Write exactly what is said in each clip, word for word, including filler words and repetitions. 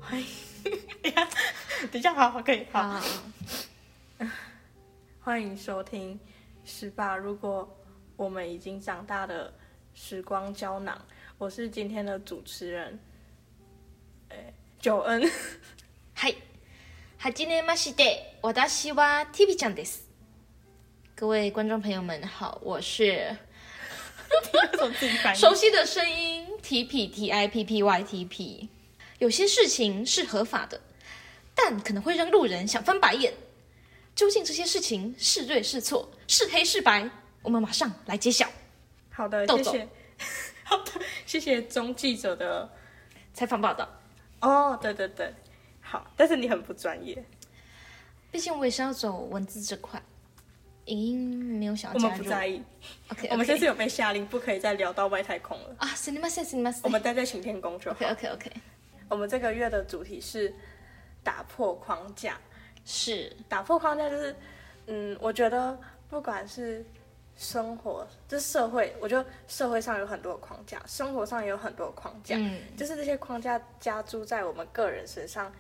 欢迎，等一下，好，可以，好，好好欢迎收听十八。如果我们已经长大的时光胶囊，我是今天的主持人，欸、九恩。 はい、はじめまして。私は T V ちゃんです。各位观众朋友们好，我是熟悉的声音 T P T I P P Y T P。有些事情是合法的，但可能会让路人想翻白眼。究竟这些事情是对是错，是黑是白？我们马上来揭晓。 好的，谢谢。好的，谢谢钟记者的采访报道。 哦，对对对，好，但是你很不专业。 毕竟我也是要走文字这块，影音没有想要加入。 我们不在意。 OK， 我们这次有被下令，不可以再聊到外太空了。 啊，すみません、すみません。 我们待在擎天宫就好。 OK OK OK。 我们这个月的主题是打破框架。 是打破框架，就是嗯，我觉得不管是生活，就是社会，我觉得社会上有很多框架，生活上也有很多框架，嗯，就是这些框架加诸在我们个人身上。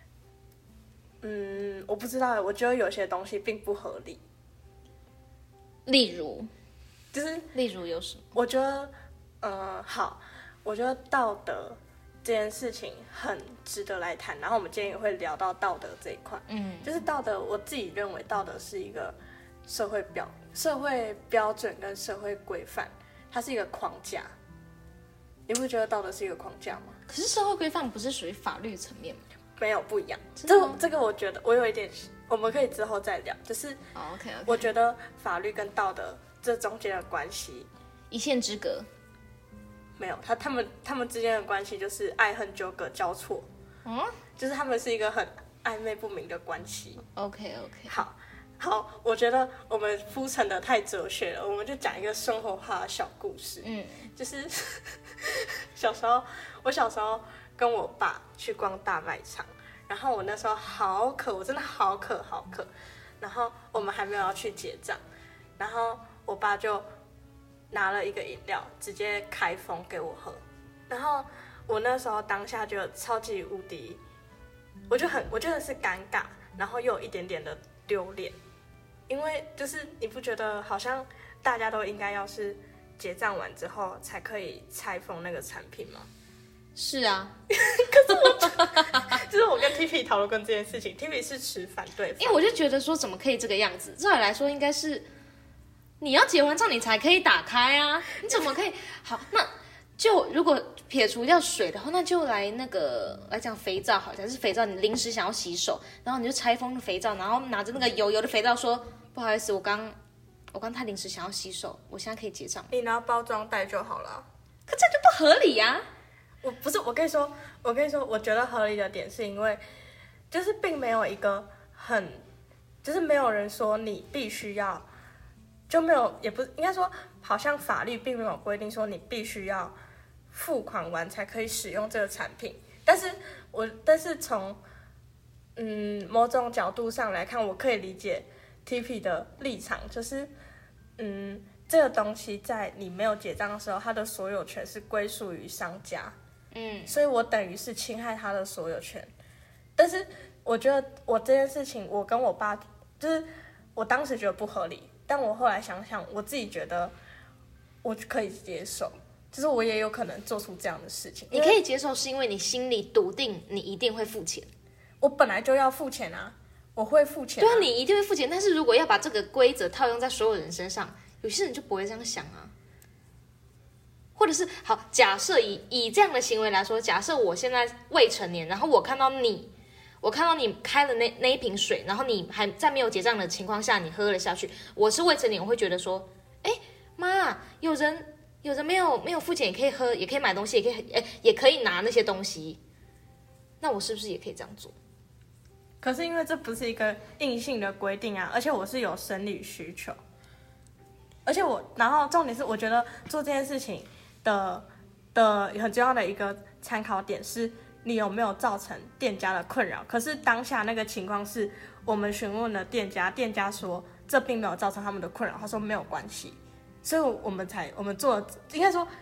嗯，我不知道，我觉得有些东西并不合理。 例如， 就是例如有什么？ 我觉得，嗯，好，我觉得道德这件事情很值得来谈，然后我们今天也会聊到道德这一块。嗯，就是道德，我自己认为道德是一个社会标社会标准跟社会规范，它是一个框架。你不觉得道德是一个框架吗？ 可是社会规范不是属于法律层面吗？ 没有，不一样。这这个我觉得我有一点，我们可以之后再聊。就是， oh, okay, okay. 我觉得法律跟道德这中间的关系一线之隔。 没有，他他们他们之间的关系就是爱恨纠葛交错，嗯，就是他们是一个很暧昧不明的关系。 OK OK， 好，好，我觉得我们铺陈的太哲学了，我们就讲一个生活化的小故事。嗯，就是小时候，我小时候跟我爸去逛大卖场，然后我那时候好渴，我真的好渴好渴，然后我们还没有要去结账，然后我爸就拿了一个饮料，直接开封给我喝，然后我那时候当下就超级无敌，我就很，我觉得是尴尬，然后又有一点点的丢脸，因为就是你不觉得好像大家都应该要是结账完之后才可以拆封那个产品吗？ 是啊， 可是我就是我跟 T P 讨论过这件事情 ，T P 是持反对方， 因为我就觉得说怎么可以这个样子？照理来说应该是。你要结完账你才可以打开啊！你怎么可以？好，那就如果撇除掉水的话，那就来那个来讲肥皂好，像是肥皂，你临时想要洗手，然后你就拆封肥皂，然后拿着那个油油的肥皂说：“不好意思，我刚我刚太临时想要洗手，我现在可以结账。” 你拿包装袋就好了。 可这就不合理呀、啊！ 我不是，我跟你说，我跟你说，我觉得合理的点是因为，就是并没有一个很，就是没有人说你必须要。就没有，也不应该说，好像法律并没有规定说你必须要付款完才可以使用这个产品。但是我，但是从嗯某种角度上来看，我可以理解 T P 的立场，就是嗯这个东西在你没有结账的时候，它的所有权是归属于商家，嗯，所以我等于是侵害他的所有权。但是我觉得我这件事情，我跟我爸就是我当时觉得不合理。但我后来想想，我自己觉得我可以接受，就是我也有可能做出这样的事情。 你可以接受，是因为你心里笃定你一定会付钱。 我本来就要付钱啊，我会付钱、啊。 对啊，你一定会付钱。但是如果要把这个规则套用在所有人身上，有些人就不会这样想啊。或者是好，假设以以这样的行为来说，假设我现在未成年，然后我看到你。我看到你开了那那一瓶水，然后你还在没有结账的情况下，你喝了下去。我是未成年，我会觉得说，哎妈，有人有人没有没有付钱也可以喝，也可以买东西，也可以哎也可以拿那些东西，那我是不是也可以这样做？ 可是因为这不是一个硬性的规定啊，而且我是有生理需求，而且我然后重点是，我觉得做这件事情的的很重要的一个参考点是。你有没有造成店家的困扰？可是当下那个情况是我们询问了店家，店家说这并没有造成他们的困扰，他说没有关系，所以我们才我们做了，应该说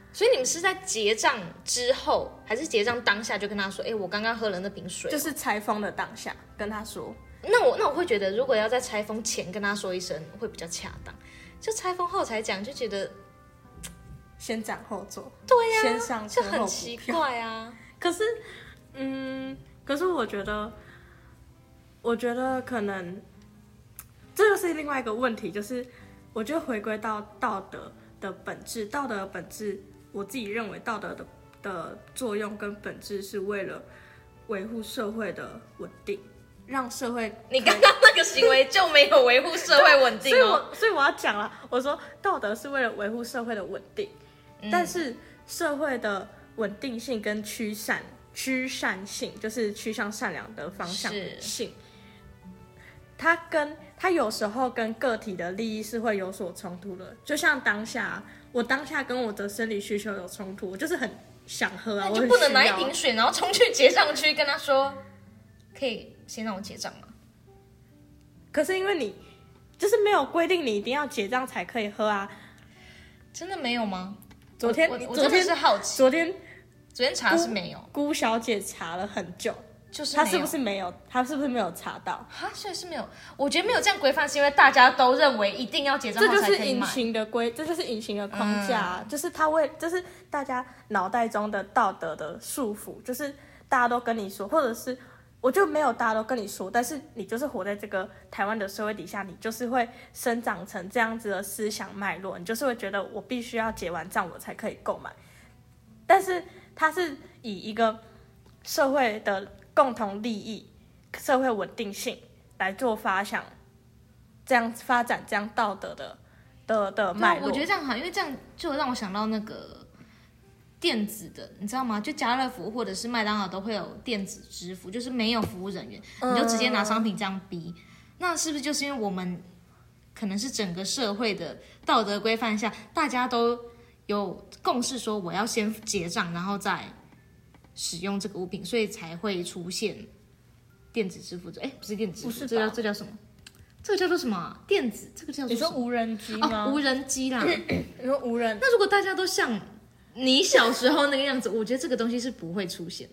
所以你们是在结账之后，还是结账当下就跟他说，哎，我刚刚喝了那瓶水？ 就是拆封的当下跟他说。 那我那我会觉得，如果要在拆封前跟他说一声，会比较恰当。就拆封后才讲，就觉得先斩后奏。 对呀、啊， 先上车后补票， 就很奇怪啊。 可是，嗯，可是我觉得，我觉得可能这就是另外一个问题，就是我觉得回归到道德的本质，道德的本质，我自己认为道德的的作用跟本质是为了维护社会的稳定。让社会， 你刚刚那个行为就没有维护社会稳定哦。 所以我所以我要讲了，我说道德是为了维护社会的稳定，嗯、但是社会的稳定性跟趋善趋善性，就是趋向善良的方向性，它跟它有时候跟个体的利益是会有所冲突的。就像当下，我当下跟我的生理需求有冲突，我就是很想喝啊， 那你就不能拿一瓶水，然后冲去结账区跟他说，可以先让我结账吗？ 可是因为你就是没有规定你一定要结账才可以喝啊。 真的没有吗？ 昨天我我真的是好奇。 昨天昨天查是没有， 姑小姐查了很久， 就是她是不是没有？她是不是没有查到？ 哈，所以是没有。我觉得没有这样规范，是因为大家都认为一定要结账后才可以买。 这就是隐形的规，这就是隐形的框架、啊嗯，就是他为，就是大家脑袋中的道德的束缚，就是大家都跟你说，或者是。我就没有大家都跟你说，但是你就是活在这个台湾的社会底下，你就是会生长成这样子的思想脉络，你就是会觉得我必须要结完账我才可以购买。但是它是以一个社会的共同利益、社会稳定性来做发想，这样发展这样道德的的的脉络。 我觉得这样好，因为这样就让我想到那个。电子的，你知道吗？就家乐福或者是麦当劳都会有电子支付，就是没有服务人员，你就直接拿商品这样逼。嗯、那是不是就是因为我们可能是整个社会的道德规范下，大家都有共识说我要先结账，然后再使用这个物品，所以才会出现电子支付？哎，不是电子支付，这叫这叫什么？这个叫做什么、啊？电子，这个叫做你说无人机吗？ 哦、无人机啦。 你说无人？ 那如果大家都像你小时候那个样子，我觉得这个东西是不会出现。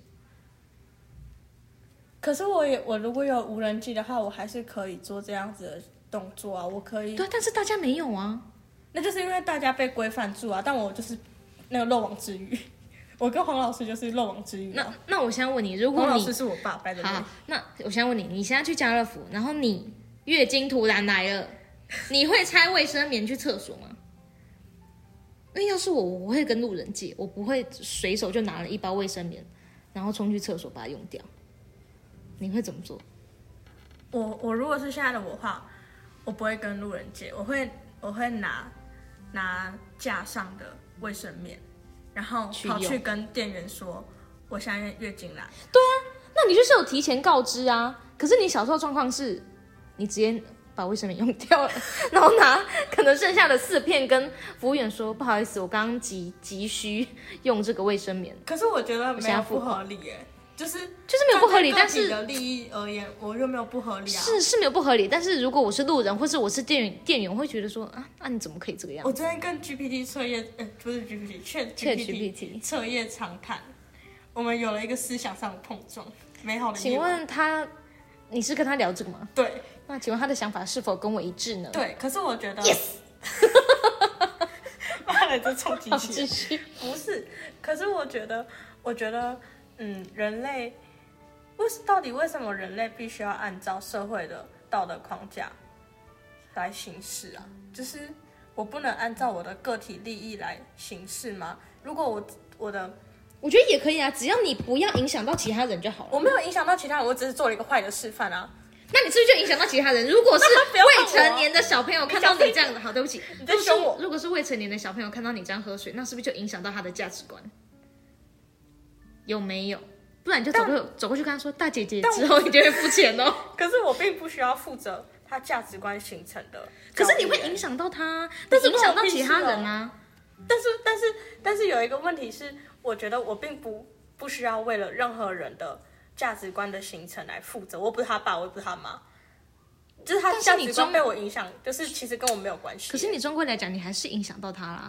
可是我也，我如果有无人机的话，我还是可以做这样子的动作啊，我可以。 对，但是大家没有啊， 那就是因为大家被规范住啊。但我就是那个漏网之鱼，我跟黄老师就是漏网之鱼、啊。 那那我现在问你，如果你黄老师是我爸，拜的。 好，那我现在问你，你现在去家乐福，然后你月经突然来了，你会拆卫生棉去厕所吗？因为要是我，我会跟路人借，我不会随手就拿了一包卫生棉，然后冲去厕所把它用掉。你会怎么做？ 我我如果是现在的我的话，我不会跟路人借，我会我会拿拿架上的卫生棉，然后跑去跟店员说我现在月经来。 对啊，那你就是有提前告知啊。可是你小时候状况是，你直接把卫生棉用掉了，然后拿可能剩下的四片跟服务员说不好意思，我刚刚急急需用这个卫生棉。 可是我觉得没有不合理耶，就是就是没有不合理，但是的利益而言，我又没有不合理啊。 是是没有不合理，但是如果我是路人或是我是店员，店员我会觉得说啊，那、啊、你怎么可以这个样子？ 我昨天跟 G P T 测验，呃，不是 G P T， Chat G P T 测验长谈，我们有了一个思想上的碰撞，美好的夜晚。 请问他，你是跟他聊这个吗？ 对。 那请问他的想法是否跟我一致呢？ 对，可是我觉得 ，yes， 妈的，这臭机器继续不是，可是我觉得，我觉得，嗯，人类为到底为什么人类必须要按照社会的道德框架来行事啊？就是我不能按照我的个体利益来行事吗？如果我我的我觉得也可以啊，只要你不要影响到其他人就好了。 我没有影响到其他人，我只是做了一个坏的示范啊。 那你是不是就影响到其他人？如果是未成年的小朋友看到你这样子，好，对不起， 你在凶我。 如果是未成年的小朋友看到你这样喝水，那是不是就影响到他的价值观？有没有？不然你就走过走过去跟他说：“大姐姐，之后你就会付钱哦。” 可是我并不需要负责他价值观形成的。 可是你会影响到他，但是影响到其他人啊。 但是但是但是有一个问题是，我觉得我并不不需要为了任何人的价值观的形成来负责。我不是他爸，我也不是他妈，就是他价值观被我影响，就是其实跟我没有关系。 可是你终归来讲，你还是影响到他啦。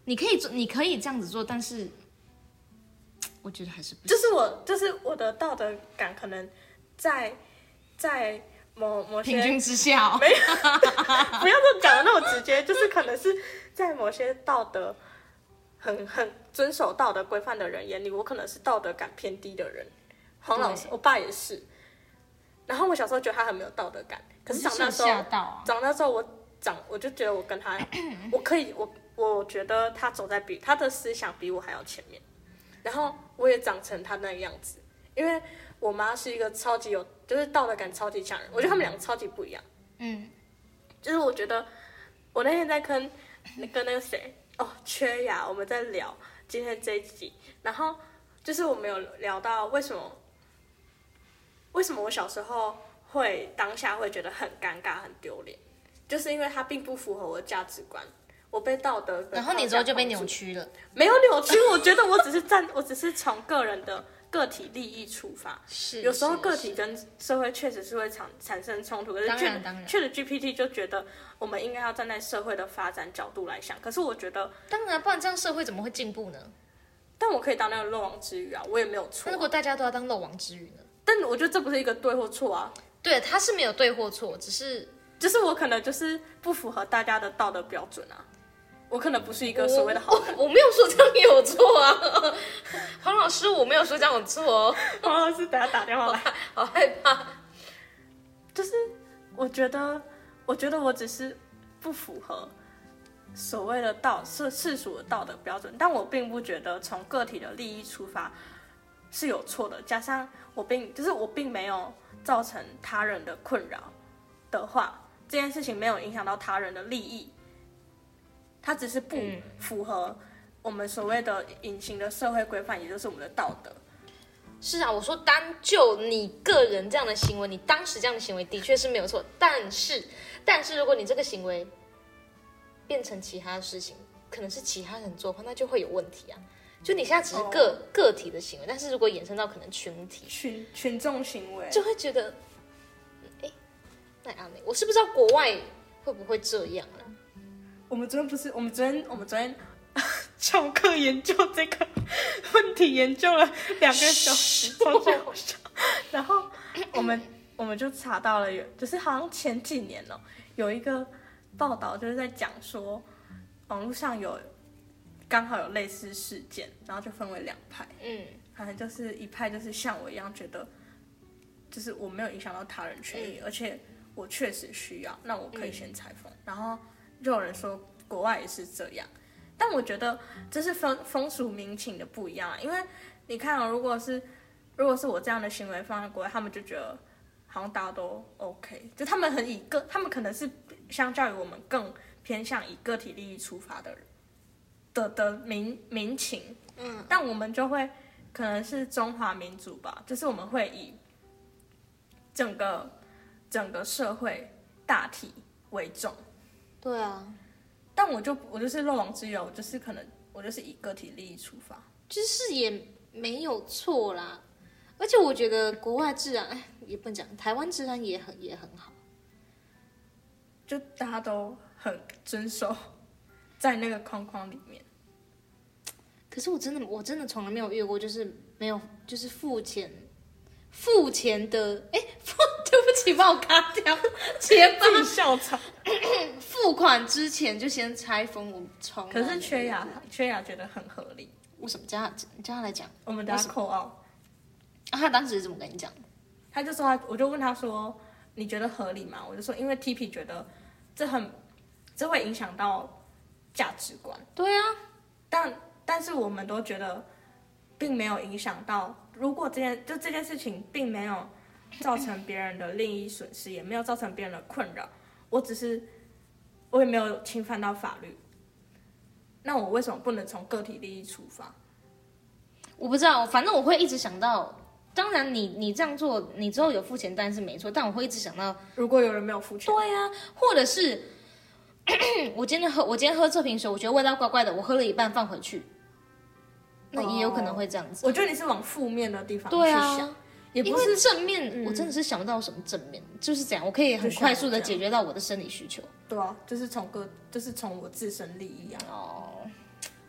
你可以做，你可以这样子做，但是我觉得还是不行。 就是我，就是我的道德感可能在在某某些平均之下、哦， 没有，不要说讲的那么直接，就是可能是在某些道德很很遵守道德规范的人眼里，我可能是道德感偏低的人。黄老师，我爸也是。然后我小时候觉得他很没有道德感，可是长大之后， 啊、 长大之后我长，我就觉得我跟他，我可以，我我觉得他走在比他的思想比我还要前面，然后我也长成他那个样子，因为我妈是一个超级有，就是道德感超级强人，我觉得他们两个超级不一样。嗯，就是我觉得我那天在跟跟那个谁哦缺牙，我们在聊今天这一集，然后就是我们有聊到为什么。为什么我小时候会当下会觉得很尴尬、很丢脸？就是因为它并不符合我的价值观，我被道德的， 然后你之后就被扭曲了。 没有扭曲，我觉得我只是站，我只是从个人的个体利益出发。 是， 有时候个体跟社会确实是会产产生冲突，可是 ChatGPT 就觉得我们应该要站在社会的发展角度来想。可是我觉得， 当然，不然这样社会怎么会进步呢？ 但我可以当那个漏网之鱼啊，我也没有错、啊。 那如果大家都要当漏网之鱼呢？ 但我觉得这不是一个对或错啊。 对，他是没有对或错，只是就是我可能就是不符合大家的道德标准啊。我可能不是一个所谓的好人。 我, 我没有说这样有错啊，黄老师，我没有说这样有错哦。 黄老师，等下打电话来， 好害怕。 就是我觉得，我觉得我只是不符合所谓的道世世俗的道德标准，但我并不觉得从个体的利益出发是有错的。加上我并就是我并没有造成他人的困扰的话，这件事情没有影响到他人的利益，它只是不符合我们所谓的隐形的社会规范，也就是我们的道德。 是啊，我说单就你个人这样的行为，你当时这样的行为的确是没有错，但是，但是如果你这个行为变成其他的事情，可能是其他人做的话，那就会有问题啊。就你现在只是个、哦、个体的行为，但是如果衍生到可能群体、 群群众行为， 就会觉得，哎，那阿美，我是不知道国外会不会这样啊？ 我们昨天不是，我们昨天我们昨天翘课研究这个问题，研究了两个小时，超级好笑。然后我们我们就查到了有，就是好像前几年哦，有一个报道就是在讲说，网络上有刚好有类似事件，然后就分为两派，嗯，好像就是一派就是像我一样觉得，就是我没有影响到他人权益，嗯、而且我确实需要，那我可以先裁缝。嗯、然后就有人说国外也是这样，但我觉得这是风风俗民情的不一样啊，因为你看哦，如果是如果是我这样的行为放在国外，他们就觉得好像大家都 OK， 就他们很以个，他们可能是相较于我们更偏向以个体利益出发的人的的民民情，嗯，但我们就会可能是中华民族吧，就是我们会以整个整个社会大体为重。 对啊， 但我就我就是漏网之鱼，我就是可能我就是以个体利益出发， 就是也没有错啦。而且我觉得国外治安，哎，也不能讲，台湾治安也很也很好， 就大家都很遵守在那个框框里面。 可是我真的我真的从来没有遇过，就是没有就是付钱付钱的，哎，对不起，帮我卡掉，结自己笑场。 付款之前就先拆封，我从可是缺牙缺牙觉得很合理。 为什么？叫他叫他来讲， 我们等下扣奥。 啊，他当时是怎么跟你讲？ 他就说他，我就问他说，你觉得合理吗？我就说，因为 T P 觉得这很这会影响到价值观。 对啊， 但但是我们都觉得并没有影响到，如果这件就这件事情并没有造成别人的利益损失，也没有造成别人的困扰，我只是我也没有侵犯到法律，那我为什么不能从个体利益出发？ 我不知道，反正我会一直想到，当然你你这样做，你之后有付钱当然是没错，但我会一直想到， 如果有人没有付钱， 对啊，或者是我今天喝我今天喝这瓶水，我觉得味道怪怪的，我喝了一半放回去，那也有可能会这样子。 我觉得你是往负面的地方去想，啊、也不是因为正面、嗯，我真的是想不到什么正面，就是这样，我可以很快速的解决到我的生理需求。 对啊，就是从个就是从我自身利益啊。 哦，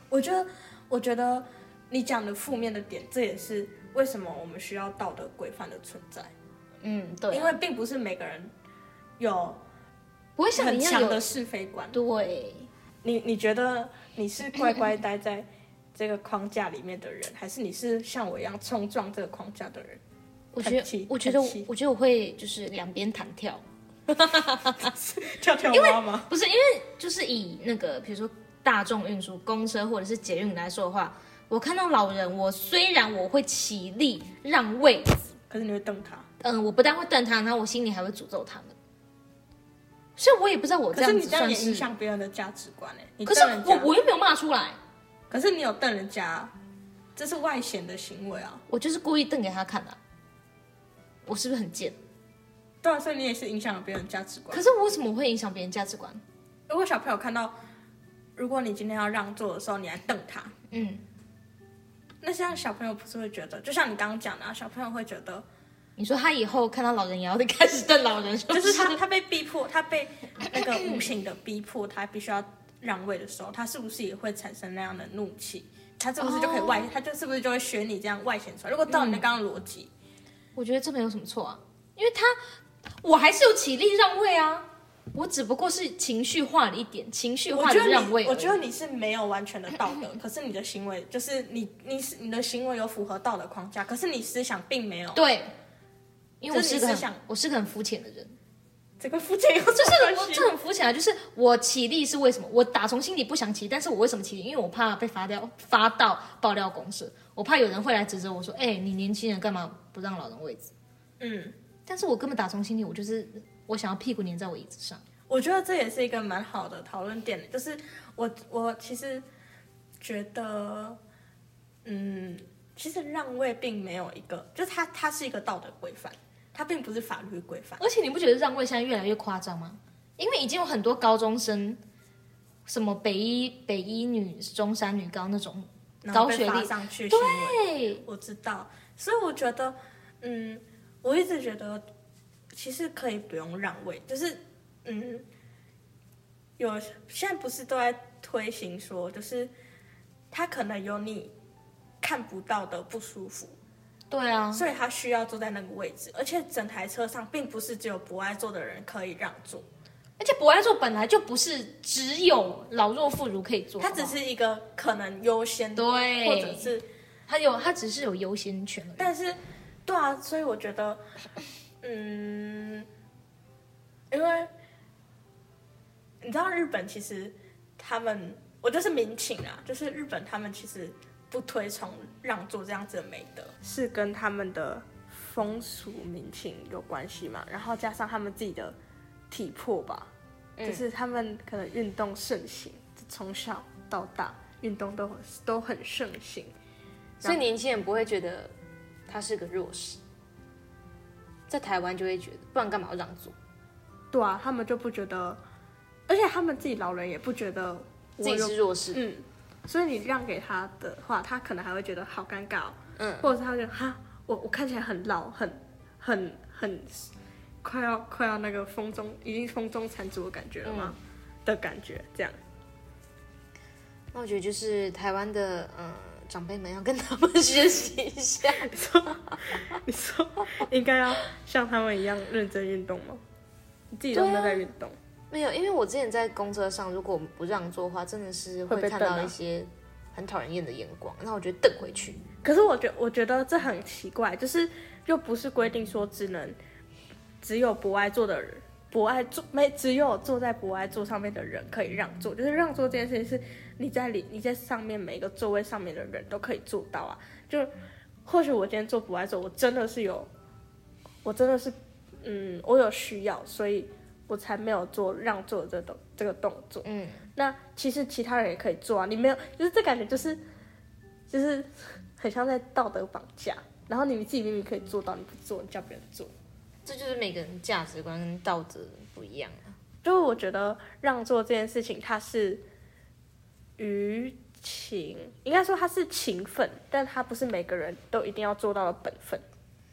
我觉得，我觉得你讲的负面的点，这也是为什么我们需要道德规范的存在。 嗯，对、啊， 因为并不是每个人有不会像很你一样有强的是非观。 对， 你你觉得你是乖乖待在这个框架里面的人，还是你是像我一样冲撞这个框架的人？ 我觉得，我觉得，我觉得我会就是两边弹跳， 跳跳蛙吗？ 不是，因为就是以那个比如说大众运输、公车或者是捷运来说的话，我看到老人，我虽然我会起立让位子， 可是你会瞪他。 嗯，我不但会瞪他，然后我心里还会诅咒他们。所以我也不知道我这样子算是。 可是你这样也影响别人的价值观哎、欸。 可是我我又没有骂出来。 可是你有瞪人家，这是外显的行为啊。 我就是故意瞪给他看的、啊。我是不是很贱？ 对啊，所以你也是影响了别人价值观。 可是我为什么会影响别人价值观？ 如果小朋友看到，如果你今天要让座的时候，你还瞪他，嗯，那这样小朋友不是会觉得，就像你刚刚讲的、啊，小朋友会觉得， 你说他以后看到老人也要开始瞪老人， 就是他他被逼迫，他被那个无形的逼迫，他必须要让位的时候，他是不是也会产生那样的怒气？他是不是就可以外，哦、他就是不是就会学你这样外显出来？如果照你的刚刚逻辑。嗯， 我觉得这没有什么错啊，因为他我还是有起立让位啊，我只不过是情绪化了一点，情绪化的让位。 我觉得你是没有完全的道德，可是你的行为就是你你你的行为有符合道德框架，可是你思想并没有。 对，因为我是个很我是个很肤浅的人。 这个肤浅有就是我这很肤浅啊，就是我起立是为什么？我打从心里不想起，但是我为什么起立？因为我怕被发掉发到爆料公社，我怕有人会来指责我说：“哎、欸，你年轻人干嘛不让老人位置？”嗯，但是我根本打从心里，我就是我想要屁股粘在我椅子上。 我觉得这也是一个蛮好的讨论点，就是我我其实觉得，嗯，其实让位并没有一个，就是它它是一个道德规范。它并不是法律规范， 而且你不觉得让位现在越来越夸张吗？因为已经有很多高中生，什么北一、北一女、中山女高那种高学历上去， 对， 我知道。所以我觉得，嗯，我一直觉得其实可以不用让位，就是嗯，有现在不是都在推行说，就是他可能有你看不到的不舒服。 对啊， 所以他需要坐在那个位置，而且整台车上并不是只有不爱坐的人可以让座， 而且不爱坐本来就不是只有老弱妇孺可以坐， 它只是一个可能优先， 对， 或者是它有它只是有优先权而已。 但是，对啊，所以我觉得，嗯，因为你知道日本其实他们，我就是民情啊，就是日本他们其实。不推崇让座这样子的美德，是跟他们的风俗民情有关系嘛？然后加上他们自己的体魄吧，嗯、就是他们可能运动盛行，从小到大运动都都很盛行， 所以年轻人不会觉得他是个弱势，在台湾就会觉得，不然干嘛要让座？ 对啊，他们就不觉得，而且他们自己老人也不觉得自己是弱势， 嗯。所以你让给他的话，他可能还会觉得好尴尬、哦，嗯，或者是他会觉得哈，我我看起来很老，很很很快要快要那个风中已经风中残烛的感觉了吗？嗯、的感觉这样。 那我觉得就是台湾的嗯长辈们要跟他们学习一下。 你说你说应该要像他们一样认真运动吗？你自己都没有在运动。 没有，因为我之前在公车上，如果不让座的话，真的是会看到一些很讨人厌的眼光，那我觉得瞪回去。 可是我觉我觉得这很奇怪，就是又不是规定说只能只有不爱坐的人，不爱坐没只有坐在不爱座上面的人可以让座，就是让座这件事情是你在里你在上面每一个座位上面的人都可以做到啊。就或许我今天坐不爱座，我真的是有，我真的是嗯，我有需要，所以。我才没有做让座的这动这个动作，嗯，那其实其他人也可以做啊，你没有，就是这感觉就是就是很像在道德绑架，然后你自己明明可以做到，你不做，你叫别人做， 这就是每个人价值观跟道德不一样啊。 就我觉得让座这件事情，它是于情，应该说它是情分，但它不是每个人都一定要做到的本分。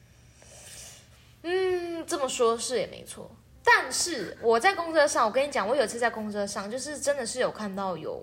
嗯，这么说是也没错。但是我在公车上，我跟你讲，我有一次在公车上，就是真的是有看到有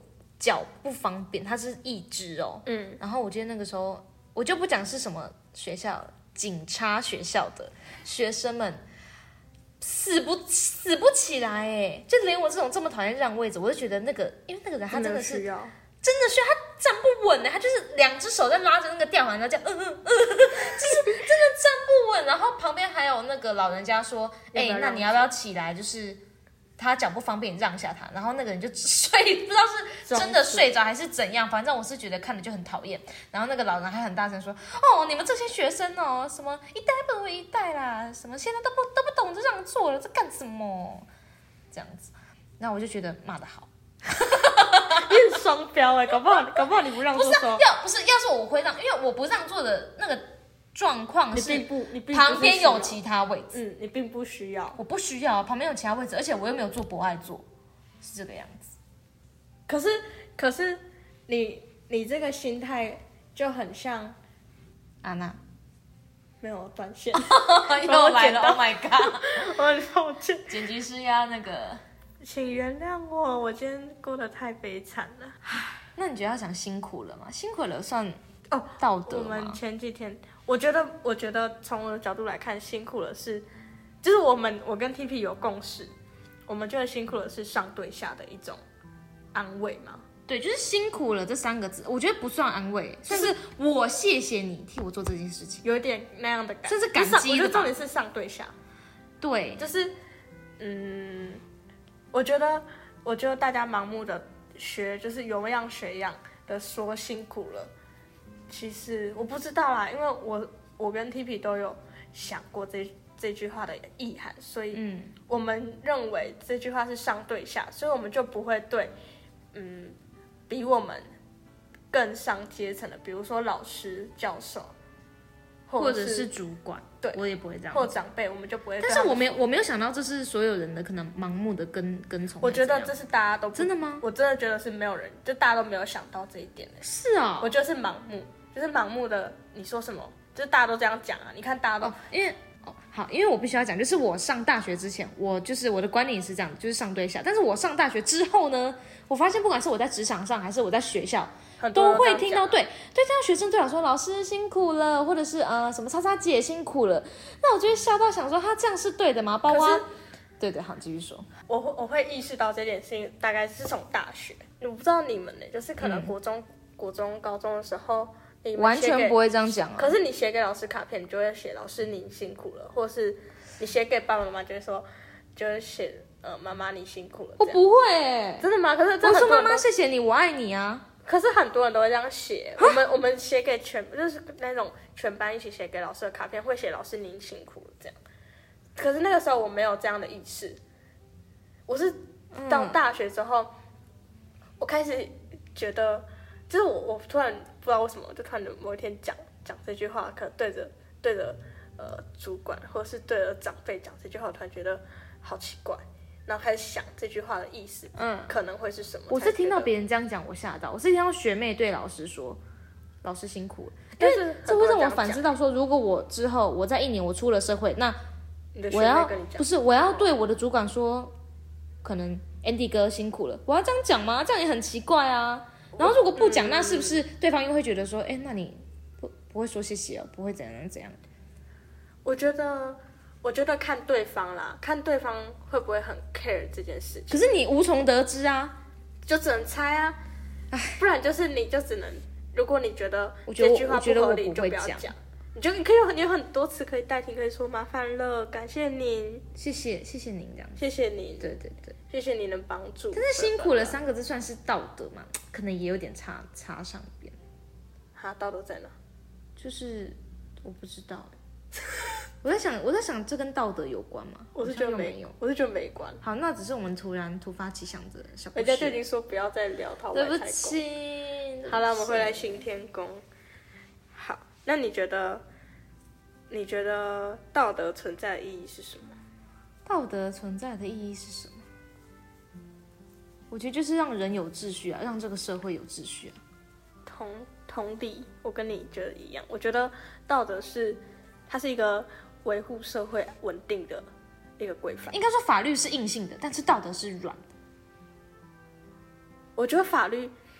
脚不方便，他是一只哦， 嗯， 然后我记得那个时候我就不讲是什么学校，警察学校的学生们死不死不起来哎，就连我这种这么讨厌让位置，我就觉得那个，因为那个人他真的是需要真的需要，他站不稳呢，他就是两只手在拉着那个吊环，然后这样，嗯嗯嗯，就是真的站不稳。然后旁边还有那个老人家说，哎、欸，那你要不要起来？就是他脚不方便，你让下他。然后那个人就睡，不知道是真的睡着还是怎样，反正我是觉得看着就很讨厌。然后那个老人还很大声说，哦，你们这些学生哦，什么一代不如一代啦，什么现在都不都不懂这样做了，这干什么？这样子，那我就觉得骂得好。 你很双标哎、欸，搞不好搞不好你不让座， 不是、啊、要不是要是我会让，因为我不让座的那个状况是， 你并不你并不旁边有其他位置， 嗯，你并不需要， 我不需要，旁边有其他位置，而且我又没有坐博爱座，是这个样子。 可是可是你你这个心态就很像安娜， 没有断线， 又来了 ，Oh my god！ 我很抱歉， 剪辑师要那个。 请原谅我，我今天过得太悲惨了。 那你觉得要讲辛苦了吗？辛苦了算哦道德吗？ 我们前几天，我觉得，我觉得从我的角度来看，辛苦了是，就是我们我跟 T P 有共识，我们觉得辛苦了是上对下的一种安慰嘛。 对，就是辛苦了这三个字，我觉得不算安慰，算是我谢谢你替我做这件事情， 有一点那样的感觉， 甚至感激的。 我觉得重点是上对下， 对， 就是嗯。我觉得，我觉得大家盲目的学，就是有样学样的说辛苦了。其实我不知道啦，因为我我跟 T P 都有想过这这句话的意涵，所以我们认为这句话是上对下，所以我们就不会对嗯比我们更上阶层的，比如说老师、教授， 或者是主管。 对， 我也不会这样。 或长辈，我们就不会。 但是我没有，我没有想到这是所有人的可能盲目的跟跟从。 我觉得这是大家都真的吗？ 我真的觉得是没有人，就大家都没有想到这一点的。 是啊、哦， 我觉得是盲目，就是盲目的。你说什么？就是大家都这样讲啊！你看大家都， 哦、因为哦好，因为我必须要讲，就是我上大学之前，我就是我的观点是这样，就是上对下。但是我上大学之后呢，我发现不管是我在职场上还是我在学校。都会听到，对对，这样学生对老师说老师辛苦了，或者是呃什么叉叉姐辛苦了，那我就会笑到想说他这样是对的吗？包括对对，好继续说。 我我会意识到这件事情，大概是从大学，我不知道你们呢，就是可能国中、嗯、国中、高中的时候，你完全不会这样讲啊。 可是你写给老师卡片，你就会写老师您辛苦了，或是你写给爸爸妈妈就会说，就会写呃妈妈你辛苦了。 我不会、欸， 真的吗？可是真我说妈妈谢谢你，我爱你啊。 可是很多人都会这样写，我们我们写给全就是那种全班一起写给老师的卡片，会写老师您辛苦了这样。可是那个时候我没有这样的意识，我是到大学之后，嗯、我开始觉得，就是我我突然不知道为什么，就突然某一天讲讲这句话，可能对着对着呃主管或者是对着长辈讲这句话，我突然觉得好奇怪。然后开始想这句话的意思，嗯，可能会是什么？ 我是听到别人这样讲，我吓到。我是听到学妹对老师说：“老师辛苦了。”但是这会让我反思到说，如果我之后我在一年我出了社会，那我要不是我要对我的主管说，可能 Andy 哥辛苦了，我要这样讲吗？这样也很奇怪啊。然后如果不讲，那是不是对方又会觉得说，哎，那你不不会说谢谢哦，不会怎样怎样？ 我觉得。我觉得看对方啦，看对方会不会很 care 这件事情。 可是你无从得知啊， 就只能猜啊，不然就是你就只能，如果你觉得这句话不合理，就不要讲。你就你可以有你有很多词可以代替，可以说麻烦了，感谢您， 谢谢谢谢您这样， 谢谢您， 对对对， 谢谢您的帮助。 但是辛苦了三个字算是道德嘛？可能也有点差差上边。 哈，道德在哪？ 就是我不知道。我在想，我在想，这跟道德有关吗？ 我是觉得没有，我是觉得没关。 好，那只是我们突然突发奇想的小故事。 人家就已经说不要再聊套外太空。 对不起。 好了，我们回来行天宫。好，那你觉得，你觉得道德存在的意义是什么？ 道德存在的意义是什么？我觉得就是让人有秩序啊，让这个社会有秩序啊。 同同理，我跟你觉得一样。我觉得道德是，它是一个维护社会稳定的一个规范。 应该说法律是硬性的，但是道德是软的。 我觉得法律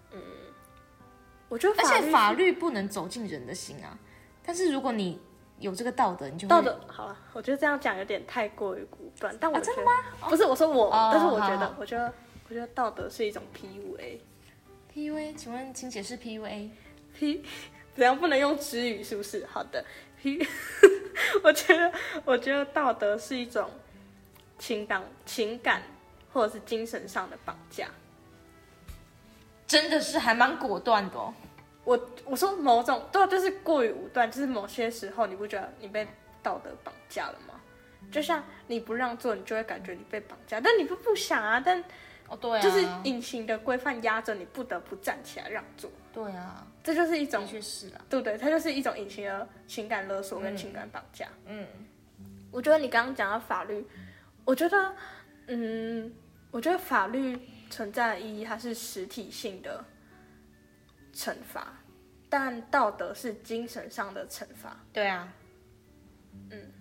我觉得而法律且法律不能走进人的心啊。但是如果你有这个道德，你就会道德好了。我觉得这样讲有点太过于武断，但我啊， 觉得、 真的吗？ 不是我说我， 哦但是我觉得好好我觉得我觉得道德是一种 P U A。 P U A， 请问请解释 P U A。 P 怎样不能用词语是不是？好的 P 我觉得我觉得道德是一种情感情感或者是精神上的绑架。 真的是还蛮果断的哦。 我我说某种对啊，就是过于武断，就是某些时候你不觉得你被道德绑架了吗？就像你不让座，你就会感觉你被绑架，但你不不想啊，但哦，对啊， 就是隐形的规范压着你，不得不站起来让座。 对啊， 这就是一种的确是啊， 对不对？它就是一种隐形的情感勒索跟情感绑架。 嗯， 我觉得你刚刚讲到法律，我觉得，嗯，我觉得法律存在的意义，它是实体性的惩罚，但道德是精神上的惩罚。 对啊， 嗯，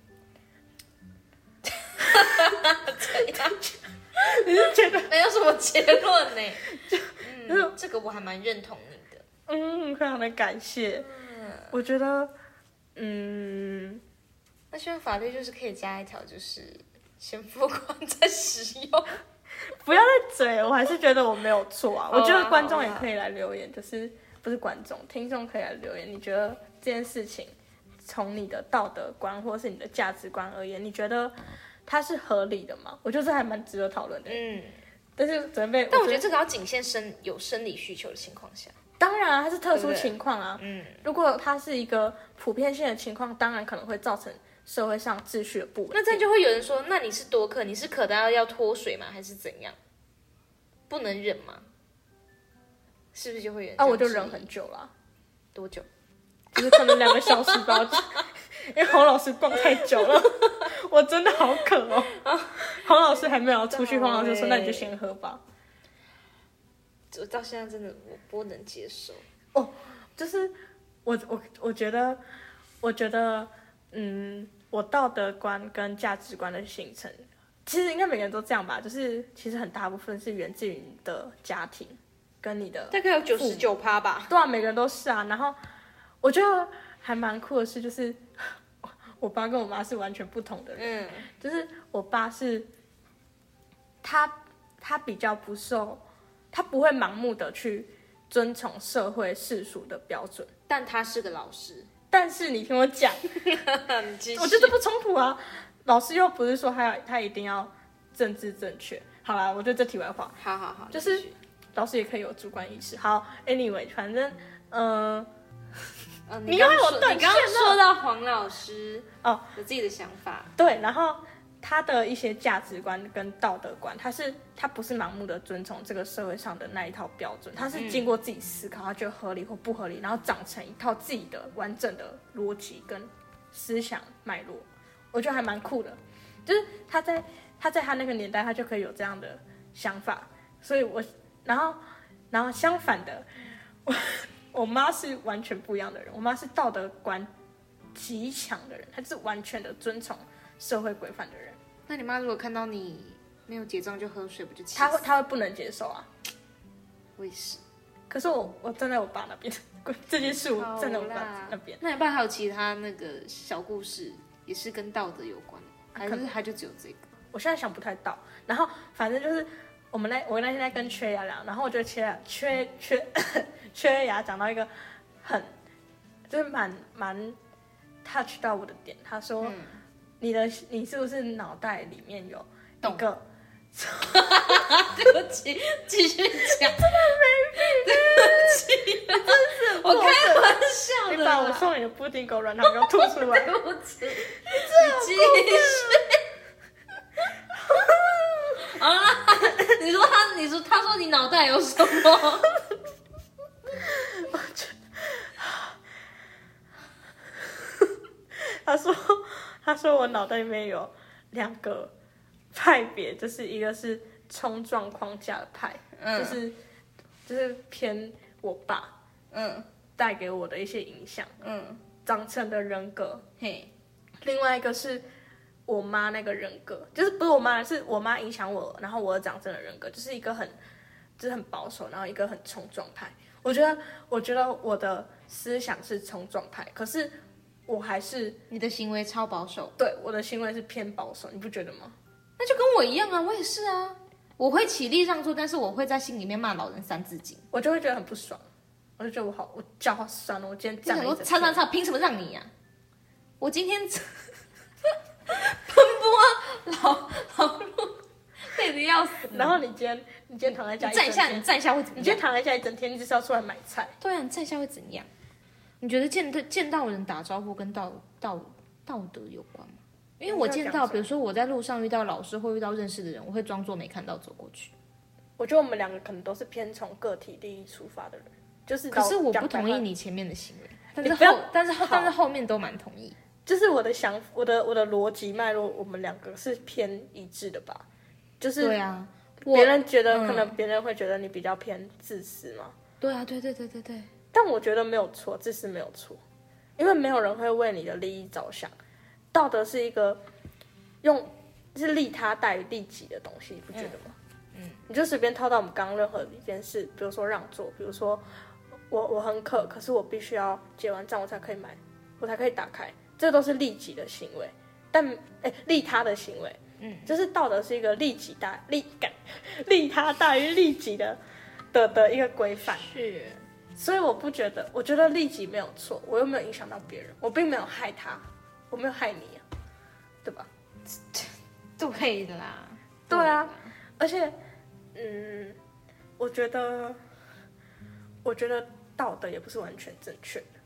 怎样？ 你是觉得没有什么结论呢？嗯， 就是这个我还蛮认同你的。 嗯，非常的感谢。 嗯， 我觉得，嗯， 那希望法律就是可以加一条，就是先付款再使用。 不要再嘴了，我还是觉得我没有错啊。 好啊我觉得观众也可以来留言，就是不是观众，听众可以来留言。你觉得这件事情从你的道德观或是你的价值观而言，你觉得它是合理的吗？我觉得这还蛮值得讨论的。 嗯， 但是准备， 但我觉得这个要仅限生有生理需求的情况下。 当然啊，它是特殊情况啊。 嗯， 如果它是一个普遍性的情况，当然可能会造成社会上秩序的不稳定。 那这样就会有人说，那你是多渴？你是渴到要脱水吗？还是怎样？不能忍吗？是不是就会有人啊？我就这样质疑忍很久了， 多久？ 就是可能两个小时吧，因为洪老师逛太久了，我真的好渴哦。洪老师还没有出去，洪老师说：“那你就先喝吧。” 我到现在真的我不能接受。 哦，就是我我我觉得，我觉得，嗯，我道德观跟价值观的形成，其实应该每个人都这样吧。就是其实很大部分是源自于你的家庭跟你的， 大概有九十九趴吧。 对啊，每个人都是啊。然后我觉得还蛮酷的是，就是我爸跟我妈是完全不同的人。 嗯， 就是我爸是，他他比较不受。他不会盲目的去遵从社会世俗的标准， 但他是个老师。 但是你听我讲，我觉得不冲突啊。老师又不是说他要他一定要政治正确。好啦，我觉得这题外话。 好好好， 就是老师也可以有主观意识。好 ，anyway， 反正嗯、呃呃， 你刚刚有断你刚刚线了说到黄老师哦， 有自己的想法。 对，然后他的一些价值观跟道德观，他是他不是盲目的遵从这个社会上的那一套标准，他是经过自己思考，他觉得合理或不合理，然后长成一套自己的完整的逻辑跟思想脉络，我觉得还蛮酷的。就是他在他在他那个年代，他就可以有这样的想法，所以我然后然后相反的，我我妈是完全不一样的人，我妈是道德观极强的人，她是完全的遵从社会规范的人。 那你妈如果看到你没有结账就喝水，不就气死？ 他会他会不能接受啊。 我也是。 可是我我站在我爸那边，这件事我站在我爸好啦那边。 那你爸还有其他那个小故事，也是跟道德有关，还是他就只有这个？ 我现在想不太到。然后反正就是我们那我那天在跟缺牙聊，然后我觉得缺牙缺缺缺牙讲到一个很就是蛮蛮 touch 到我的点，他说。 嗯你的你是不是脑袋里面有一个？ 对不起，继续讲。真的没对不起，真是我开玩笑的。 你把我送你的布丁狗软糖给我吐出来。 对不起，你继续。好啦，你说他，你说他说你脑袋有什么？ 他说。他说我脑袋里面有两个派别，就是一个是冲撞框架的派，嗯、就是就是偏我爸，嗯，带给我的一些影响，嗯，长成的人格，嘿，另外一个是我妈那个人格，就是不是我妈，是我妈影响我，然后我长成的人格，就是一个很就是很保守，然后一个很冲撞派。我觉得，我觉得我的思想是冲撞派，可是我还是你的行为超保守， 对我的行为是偏保守，你不觉得吗？ 那就跟我一样啊，我也是啊，我会起立让座，但是我会在心里面骂老人三字经， 我就会觉得很不爽，我就觉得我好，我脚好酸了，我今天站了一整天， 操操操，凭什么让你呀、啊？我今天奔波劳劳碌，累得要死。 然后你今天你今天躺在家一整天， 站一下，你站一下会怎么样？ 你今天躺在家一整天，你就是要出来买菜。 对啊，你站一下会怎样？你觉得见到见到人打招呼跟道道道德有关吗？因为我见到，比如说我在路上遇到老师或遇到认识的人，我会装作没看到走过去。 我觉得我们两个可能都是偏从个体利益出发的人，就是可是我不同意你前面的行为，但是不要后但是但是后面都蛮同意。 就是我的想我的我的逻辑脉络，我们两个是偏一致的吧？就是对啊， 别人觉得、 嗯、 可能别人会觉得你比较偏自私嘛。 对啊，对对对对对。 但我觉得没有错，自私没有错，因为没有人会为你的利益着想。道德是一个用是利他大于利己的东西，你不觉得吗？嗯，嗯你就随便套到我们刚刚任何一件事，比如说让座，比如说我我很渴，可是我必须要结完账我才可以买，我才可以打开，这都是利己的行为，但哎利他的行为，嗯，就是道德是一个利己大利感利他大于利己的的的一个规范， 是。 所以我不觉得，我觉得利己没有错，我又没有影响到别人，我并没有害他，我没有害你啊，对吧？ 对啦， 对啊，而且，嗯，我觉得，我觉得道德也不是完全正确的，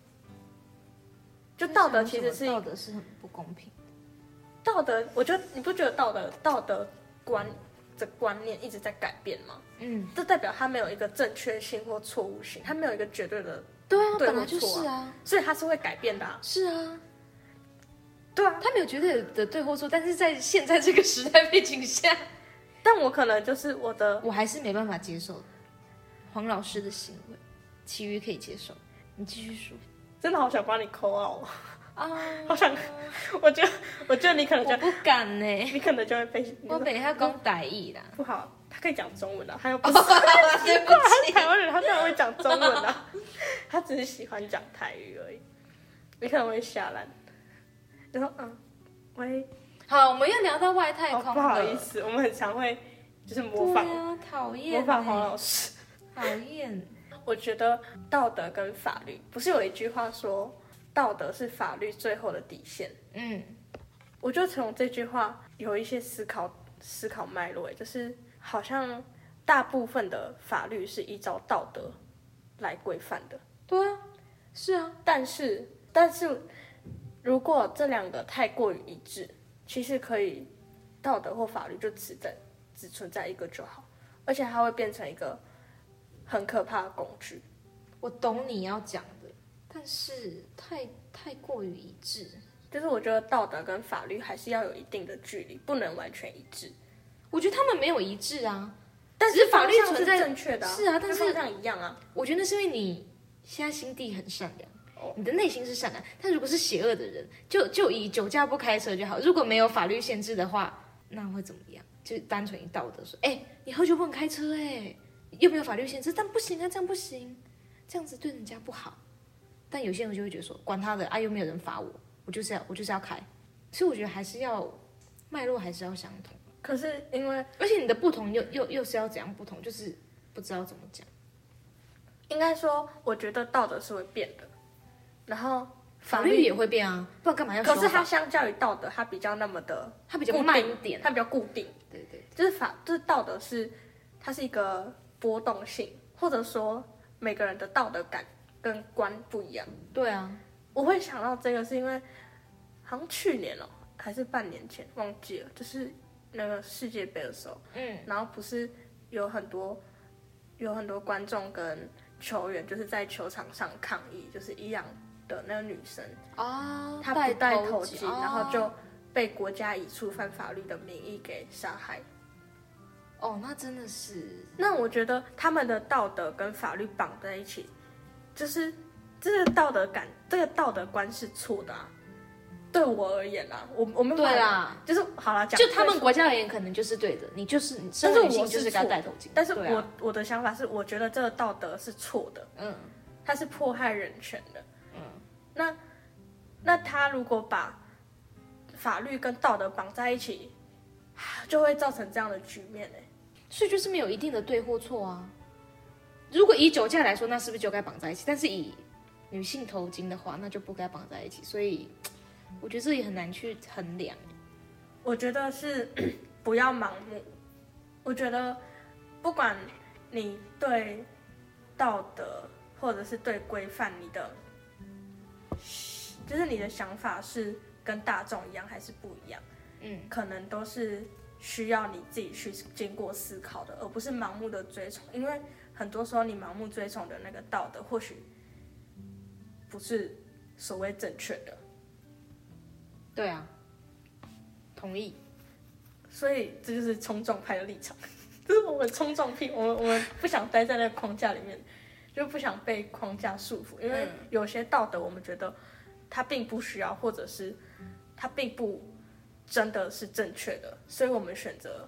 就道德其实是道德是很不公平。 道德，我觉得你不觉得道德道德观的观念一直在改变吗？嗯，这代表它没有一个正确性或错误性，它没有一个绝对的对啊， 对本来就是啊， 所以它是会改变的啊。 是啊， 对啊， 它没有绝对的对或错，但是在现在这个时代背景下， 但我可能就是我的， 我还是没办法接受黄老师的行为，其余可以接受。你继续说， 真的好想帮你扣奥啊， 好想，我觉得，我觉得你可能就我不敢呢， 你可能就会被我等一下讲台语啦， 不好，他可以讲中文的，他又不是对不起， 台湾人，他当然会讲中文啊，他只是喜欢讲台语而已，你可能会下烂，就说嗯，喂， 好，我们又聊到外太空了， 哦，不好意思，我们很常会就是模仿， 啊，讨厌， 模仿黄老师， 讨厌。 我觉得道德跟法律，不是有一句话说，道德是法律最后的底线。嗯，我就从这句话有一些思考思考脉络，就是好像大部分的法律是依照道德来规范的。 对啊，是啊， 但是但是如果这两个太过于一致，其实可以道德或法律就只在只存在一个就好，而且它会变成一个很可怕的工具。 我懂你要讲的，但是太太过于一致， 就是我觉得道德跟法律还是要有一定的距离，不能完全一致。 我觉得他们没有一致啊， 但是法律存在正确的、 啊，是啊，但是方向一样啊。 我觉得那是因为你现在心地很善良，哦、你的内心是善良。但如果是邪恶的人，就就以酒驾不开车就好。如果没有法律限制的话，那会怎么样？就单纯以道德说，哎、欸，你喝酒不能开车、欸，哎。又没有法律限制，但不行啊，这样不行，这样子对人家不好。但有些人就会觉得说，管他的啊，又没有人罚我，我就是要我就是要开。所以我觉得还是要脉络还是要相同。 可是因为， 而且你的不同又又又是要怎样不同，就是不知道怎么讲。 应该说，我觉得道德是会变的，然后法律也会变啊，不然干嘛要修法？ 可是它相较于道德，它比较那么的， 它比较慢一点， 它比较固定。 对对， 就是法，就是道德是它是一个波动性，或者说每个人的道德感跟观不一样。 对啊， 我会想到这个是因为，好像去年哦、喔，还是半年前忘记了，就是那个世界杯的时候，嗯，然后不是有很多有很多观众跟球员就是在球场上抗议，就是伊朗的那个女生啊， 她不戴头巾， 哦、 然后就被国家以触犯法律的名义给杀害。 哦，那真的是。 那我觉得他们的道德跟法律绑在一起，就是这个道德感，这个道德观是错的啊。 对我而言啦，我我没有办法对啦， 就是好啦，讲就他们国家而言，可能就是对的，你就是你身为女性就是该戴头巾。 但是我、 啊、 我的想法是，我觉得这个道德是错的， 嗯， 它是迫害人权的， 嗯， 那那他如果把法律跟道德绑在一起，就会造成这样的局面哎、欸， 所以就是没有一定的对或错啊。如果以酒驾来说，那是不是就该绑在一起？但是以女性头巾的话，那就不该绑在一起。所以我觉得这也很难去衡量。 我觉得是不要盲目。我觉得不管你对道德或者是对规范，你的就是你的想法是跟大众一样还是不一样，嗯，可能都是需要你自己去经过思考的，而不是盲目的追从。因为很多时候你盲目追从的那个道德，或许不是所谓正确的。 对啊，同意。 所以这就是冲撞派的立场，这是我们冲撞癖，我们我们不想待在那个框架里面，就不想被框架束缚。因为有些道德我们觉得它并不需要，或者是它并不真的是正确的，所以我们选择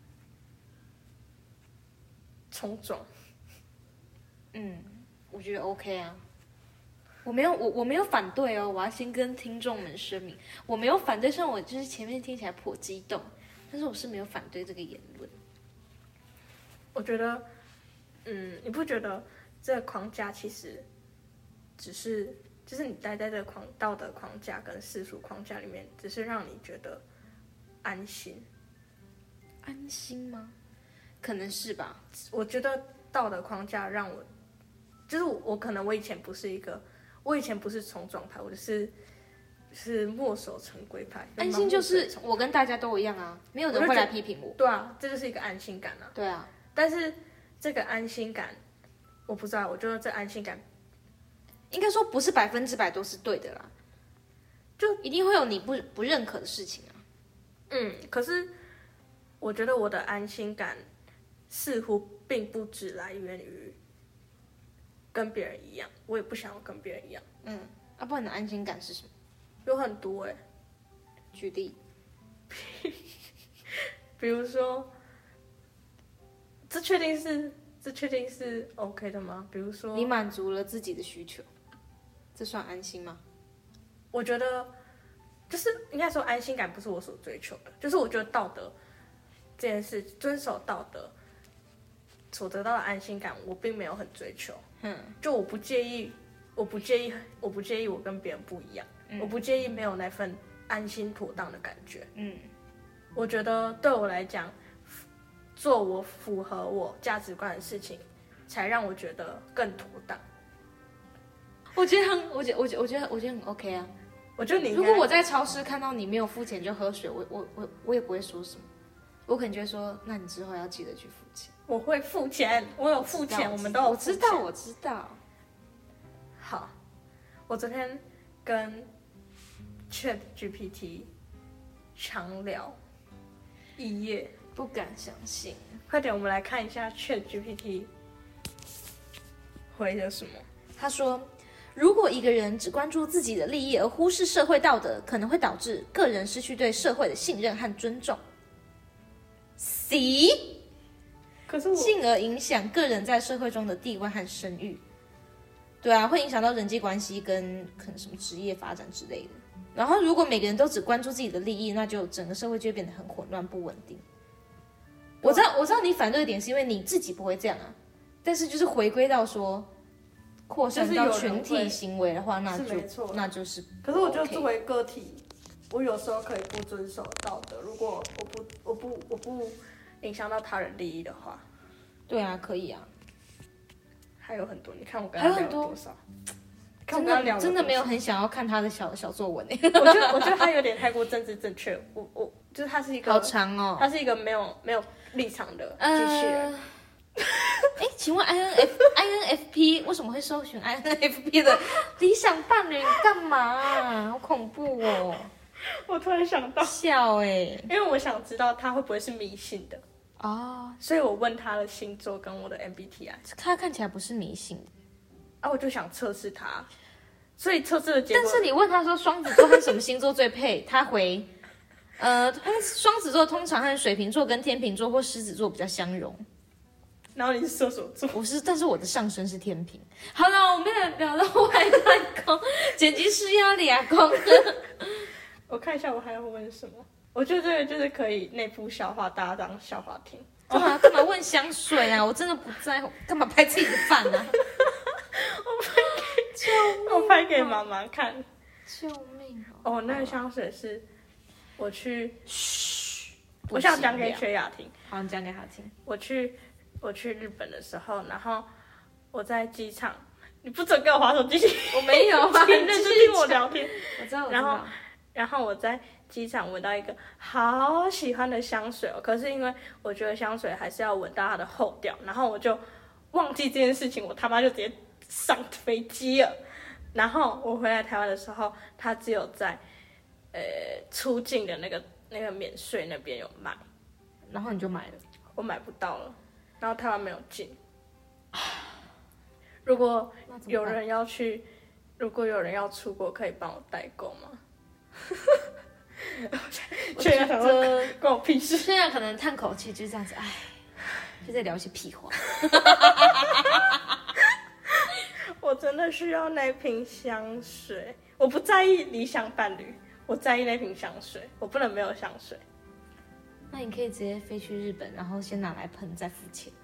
冲撞。 嗯，我觉得 OK 啊。我没有我我没有反对哦，我要先跟听众们声明，我没有反对，虽然我就是前面听起来颇激动，但是我是没有反对这个言论。 我觉得，嗯，你不觉得这个框架其实只是，就是你待在这个框道德框架跟世俗框架里面，只是让你觉得安心？ 安心吗？可能是吧。 我觉得道德框架让我，就是我，我可能我以前不是一个。我以前不是冲撞派，我就是是墨守成规派。 安心就是我跟大家都一样啊，没有人会来批评我。 对啊，这就是一个安心感啊。 对啊， 但是这个安心感，我不知道，我觉得这安心感， 应该说不是百分之百都是对的啦，就一定会有你不不认可的事情啊。 嗯，可是我觉得我的安心感似乎并不只来源于跟别人一样，我也不想要跟别人一样。 嗯，啊，不然你的安心感是什么？ 有很多哎、欸， 举例， 比如说，这确定是这确定是 OK 的吗？比如说， 你满足了自己的需求，这算安心吗？ 我觉得，就是应该说安心感不是我所追求的，就是我觉得道德这件事，遵守道德所得到的安心感，我并没有很追求。嗯，就我不介意，我不介意，我不介意我跟别人不一样，嗯、我不介意没有那份安心妥当的感觉。嗯，我觉得对我来讲，做我符合我价值观的事情，才让我觉得更妥当。 我觉得很，我觉得，我觉得，我觉得，我觉得很 OK 啊。 我觉得你如果我在超市看到你没有付钱就喝水，我我我我也不会说什么，我可能就会说，那你之后要记得去付钱。 我会付钱，我有付钱，我们都有付钱。 我知道，我知道。 好，我昨天跟 Chat G P T 长聊一夜， 不敢相信。 快点，我们来看一下 Chat G P T 回的什么。 他说，如果一个人只关注自己的利益而忽视社会道德，可能会导致个人失去对社会的信任和尊重。C。 可是我进而影响个人在社会中的地位和声誉。对啊，会影响到人际关系跟可能什么职业发展之类的。然后，如果每个人都只关注自己的利益，那就整个社会就会变得很混乱不稳定。我知道，我知道你反对的点是因为你自己不会这样啊，但是就是回归到说，扩散到群体行为的话，那就那就是。 可是我觉得作为个体，我有时候可以不遵守道德，如果我不我不我不影响到他人利益的话。 对啊，可以啊。 还有很多，你看我刚刚聊了多少？看我刚刚聊了多少真的没有很想要看他的小小作文诶。 我觉得我觉得他有点太过政治正确，我我就是他是一个好长哦， 他是一个没有没有立场的机器人。 哎、呃，请问 I N F I N F P 为什么会搜寻 I N F P 的理想伴侣？干嘛、啊？好恐怖哦！ 我突然想到笑哎、欸， 因为我想知道他会不会是迷信的。哦，所以我问他的星座跟我的 M B T I， 他看起来不是迷信的啊，我就想测试他。 所以测试的结果， 但是你问他说双子座和什么星座最配，他回，呃，双子座通常和水瓶座跟天秤座或狮子座比较相容。 然后你是射手座， 我是，但是我的上升是天秤。好了，我们来聊到外太空，剪辑师要俩公。 我看一下我还要问什么，我觉得这个就是可以内部消化，大家当笑话听。 干嘛干嘛问香水啊？我真的不在乎，干嘛拍自己的饭啊？ 我拍给救命！我拍给妈妈看。 救命哦！ 哦，那个香水是我去， 嘘， 我想讲给雪雅听。 好，你讲给他听。 我去我去日本的时候，然后我在机场，你不准跟我滑手机， 我没有啊， 你认真听我聊天。 我知道，我知然后道。 然后我在机场闻到一个好喜欢的香水哦，可是因为我觉得香水还是要闻到它的后调，然后我就忘记这件事情，我他妈就直接上飞机了。然后我回来台湾的时候，它只有在呃出境的那个那个免税那边有卖， 然后你就买了， 我买不到了，然后台湾没有进。如果有人要去，如果有人要出国，可以帮我代购吗？现在想说关我屁事。 现在可能叹口气，就是这样子，哎，就在聊一些屁话。 我真的需要那瓶香水，我不在意理想伴侣，我在意那瓶香水，我不能没有香水。 那你可以直接飞去日本，然后先拿来喷，再付钱。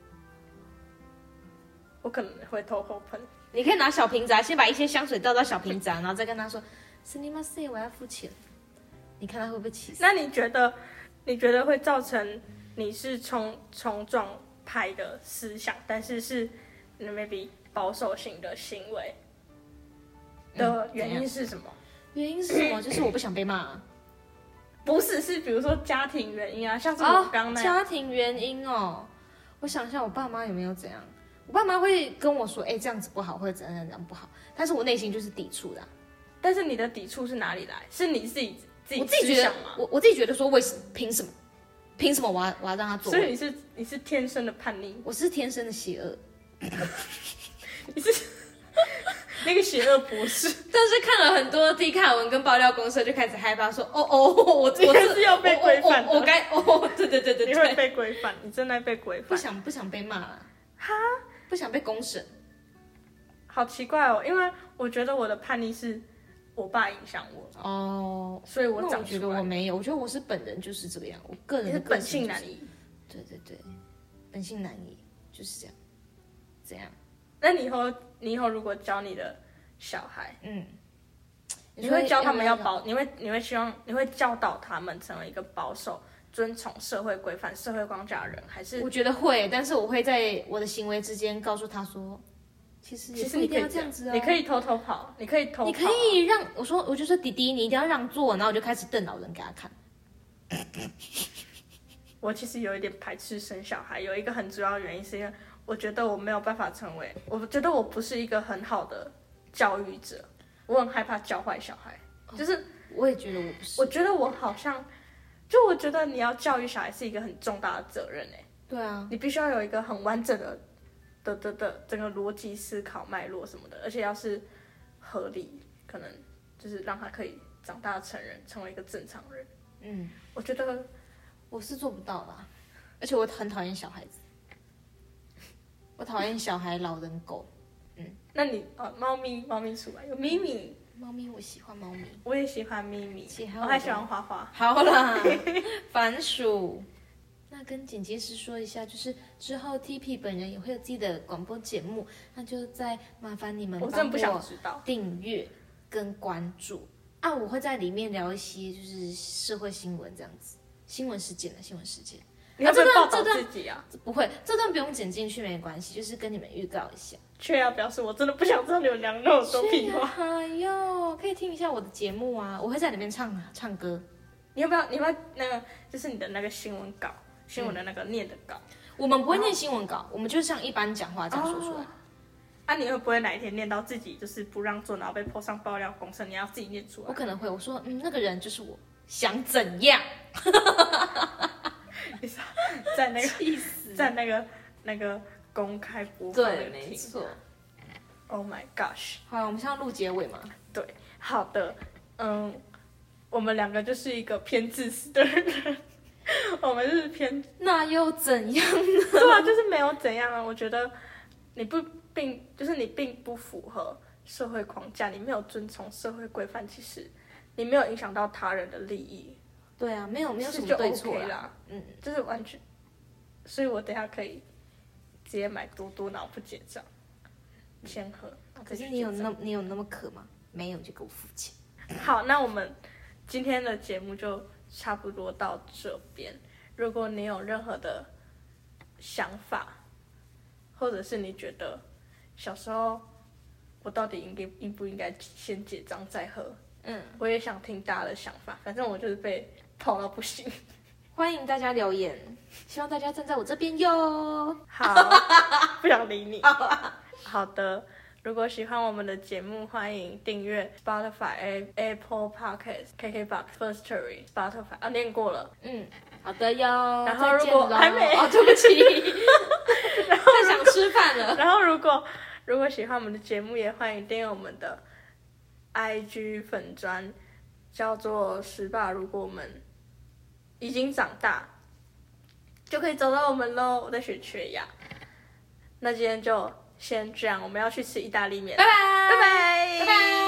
我可能会偷偷喷。 你可以拿小瓶子啊，先把一些香水倒到小瓶子啊，然后再跟他说すみません，我要付钱。你看他会不会气死？ 那你觉得，你觉得会造成你是冲冲撞派的思想，但是是 maybe 保守型的行为的原因是什么？ 原因是什么？就是我不想被骂、啊。 不是，是比如说家庭原因啊，像是我刚那样、 哦、家庭原因哦。我想一下，我爸妈有没有怎样？我爸妈会跟我说，哎、欸，这样子不好，或者怎样怎样不好，但是我内心就是抵触的、啊。 但是你的抵触是哪里来？是你自己自己我自己觉得，我我自己觉得说，为什么？凭什么？凭什么我要我要让他做？ 所以你是你是天生的叛逆， 我是天生的邪恶。 你是那个邪恶博士。 但是看了很多迪卡文跟爆料公社，就开始害怕说，哦哦，我我这是要被规范的， 我该哦，对对对对， 你会被规范，你真的被规范。 不想不想被骂了， 哈， 不想被公审。 好奇怪哦，因为我觉得我的叛逆是我爸影响我哦， 所以我长出来。 我觉得我没有，我觉得我是本人就是这个样，我个人的、就是、 本性难移。 对对对，本性难移就是这样。怎样？ 那你以后你以后如果教你的小孩， 嗯， 你会教他们要保，你会你会希望你会教导他们成为一个保守、遵从社会规范、社会框架的人，还是？ 我觉得会，但是我会在我的行为之间告诉他说。其实也不一定要这样子哦， 你可以偷偷跑，你可以偷跑、啊， 你可以让我说，我就说弟弟，你一定要让座，然后我就开始瞪老人给他看。 我其实有一点排斥生小孩，有一个很主要的原因是因为我觉得我没有办法成为，我觉得我不是一个很好的教育者，我很害怕教坏小孩，哦、就是我也觉得我不是， 我觉得我好像，就我觉得你要教育小孩是一个很重大的责任哎， 对啊， 你必须要有一个很完整的。的的的整个逻辑思考脉络什么的，而且要是合理，可能就是让他可以长大成人，成为一个正常人。 嗯， 我觉得我是做不到啦，而且我很讨厌小孩子，我讨厌小孩、老人、狗。嗯， 那你哦，猫咪，猫咪出来有咪咪， 猫咪我喜欢猫咪， 我也喜欢咪咪， 我还喜欢花花。 好啦，番薯。那跟剪辑师说一下，就是之后 T P 本人也会有自己的广播节目，那就再麻烦你们帮我订阅跟关注啊！我会在里面聊一些就是社会新闻这样子，新闻事件的新闻事件。 你会不会报道自己啊？ 不会，这段不用剪进去没关系，就是跟你们预告一下。 却要表示我真的不想知道你们聊那么多屁话。 哎呦，可以听一下我的节目啊！我会在里面唱唱歌。 你要不要？你要不要那个？就是你的那个新闻稿。新闻的那个念的稿， 我们不会念新闻稿，我们就像一般讲话这样说出来。 哦、啊，你会不会哪一天念到自己就是不让做，然后被泼上爆料公社，你要自己念出来？ 我可能会，我说，嗯，那个人就是我，想怎样？ 在那个气死， 在那个那个公开播放的对，没错。 Oh my gosh！ 好，我们现在录结尾嘛？ 对，好的，嗯，我们两个就是一个偏自私的人，我们是偏， 那又怎样呢？ 对啊，就是没有怎样啊。我觉得你不并就是你并不符合社会框架，你没有遵从社会规范，其实你没有影响到他人的利益。 对啊，没有没有什么就对错 OK 啦，嗯，就是完全，所以我等一下可以直接买多多，然后不结账，先喝。 可是你有那你有那么渴吗？没有就给我付钱。 好，那我们今天的节目就差不多到这边。如果你有任何的想法，或者是你觉得小时候我到底应该应不应该先结账再喝，嗯，我也想听大家的想法。反正我就是被泡到不行。 欢迎大家留言，希望大家站在我这边哟。 好，不想理你。好的，如果喜欢我们的节目，欢迎订阅 Spotify、Apple Podcasts、K K B O X、Firstory、Spotify 啊，念过了。 嗯，好的哟。 然后如果还没， 哦，对不起，太想吃饭了。 然后如果如果喜欢我们的节目，也欢迎订阅我们的 I G 粉专，叫做十八。如果我们已经长大，就可以找到我们喽。我在学缺牙。那今天就先这样，我们要去吃意大利面。 拜拜， 拜拜， 拜拜。